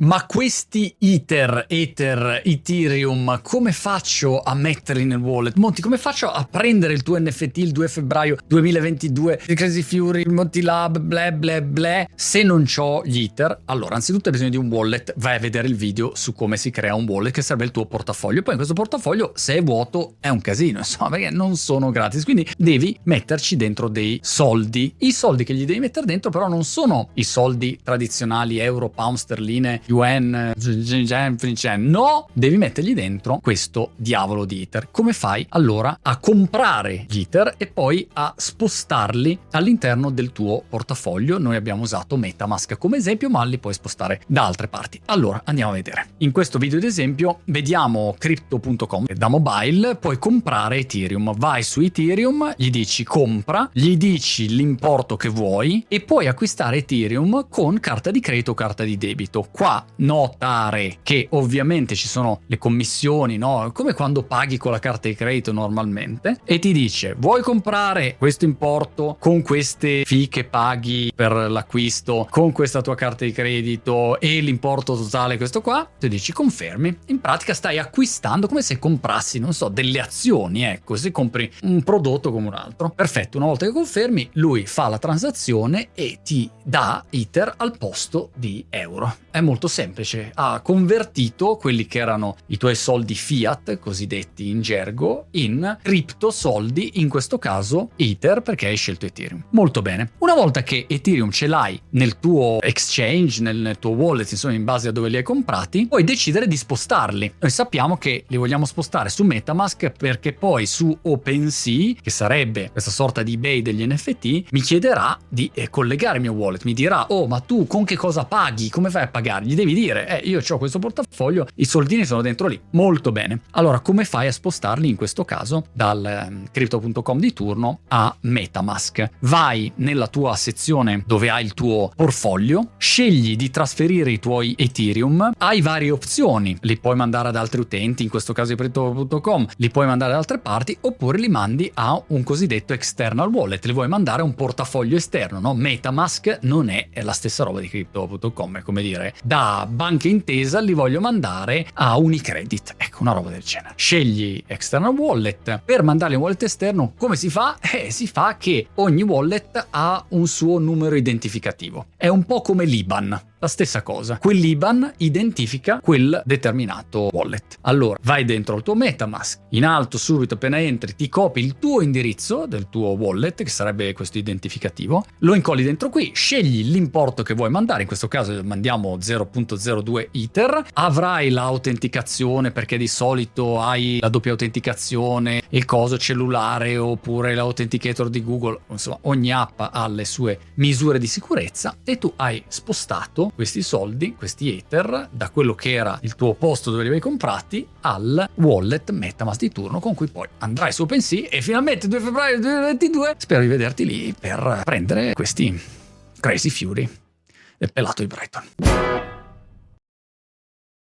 Ma questi Ether, Ethereum, come faccio a metterli nel wallet? Monti, come faccio a prendere il tuo NFT il 2 febbraio 2022 di Crazy Fury, il Monty Lab, bla bla bla, se non c'ho gli Ether? Allora, anzitutto hai bisogno di un wallet, vai a vedere il video su come si crea un wallet che serve il tuo portafoglio. Poi in questo portafoglio, se è vuoto, è un casino, insomma, perché non sono gratis, quindi devi metterci dentro dei soldi. I soldi che gli devi mettere dentro però non sono i soldi tradizionali, euro, pound, sterline, yuan, no, devi mettergli dentro questo diavolo di Ether. Come fai? Allora, a comprare gli Ether e poi a spostarli all'interno del tuo portafoglio. Noi abbiamo usato MetaMask come esempio, ma li puoi spostare da altre parti. Allora, andiamo a vedere. In questo video ad esempio vediamo crypto.com, da mobile puoi comprare Ethereum. Vai su Ethereum, gli dici compra, gli dici l'importo che vuoi e puoi acquistare Ethereum con carta di credito o carta di debito. Qua notare che ovviamente ci sono le commissioni, no? Come quando paghi con la carta di credito normalmente, e ti dice vuoi comprare questo importo con queste fee che paghi per l'acquisto con questa tua carta di credito e l'importo totale questo qua, tu dici confermi. In pratica stai acquistando come se comprassi, non so, delle azioni, ecco, se compri un prodotto come un altro. Perfetto, una volta che confermi lui fa la transazione e ti dà Ether al posto di euro. È molto semplice, ha convertito quelli che erano i tuoi soldi fiat, cosiddetti in gergo, in cripto soldi, in questo caso Ether, perché hai scelto Ethereum. Molto bene. Una volta che Ethereum ce l'hai nel tuo exchange, nel tuo wallet, insomma in base a dove li hai comprati, puoi decidere di spostarli. Noi sappiamo che li vogliamo spostare su MetaMask perché poi su OpenSea, che sarebbe questa sorta di eBay degli NFT, mi chiederà di collegare il mio wallet, mi dirà oh ma tu con che cosa paghi, come fai a pagare? Gli devi dire io ho questo portafoglio, i soldini sono dentro lì. Molto bene. Allora come fai a spostarli in questo caso dal crypto.com di turno a MetaMask? Vai nella tua sezione dove hai il tuo portfolio, scegli di trasferire i tuoi Ethereum, hai varie opzioni, li puoi mandare ad altri utenti, in questo caso di crypto.com, li puoi mandare da altre parti oppure li mandi a un cosiddetto external wallet, li vuoi mandare a un portafoglio esterno, no? MetaMask non è la stessa roba di crypto.com, è come dire da Banca Intesa li voglio mandare a Unicredit, ecco, una roba del genere. Scegli external wallet. Per mandarli a un wallet esterno come si fa? Si fa che ogni wallet ha un suo numero identificativo, è un po' come l'IBAN. La stessa cosa, quell'IBAN identifica quel determinato wallet. Allora vai dentro al tuo MetaMask, in alto subito appena entri ti copi il tuo indirizzo del tuo wallet, che sarebbe questo identificativo, lo incolli dentro qui, scegli l'importo che vuoi mandare, in questo caso mandiamo 0.02 Ether, avrai l'autenticazione perché di solito hai la doppia autenticazione, il coso cellulare oppure l'authenticator di Google, insomma ogni app ha le sue misure di sicurezza e tu hai spostato questi soldi, questi Ether, da quello che era il tuo posto dove li avevi comprati al wallet MetaMask di turno, con cui poi andrai su OpenSea e finalmente 2 febbraio 2022 spero di vederti lì per prendere questi Crazy Fury del pelato di Brighton.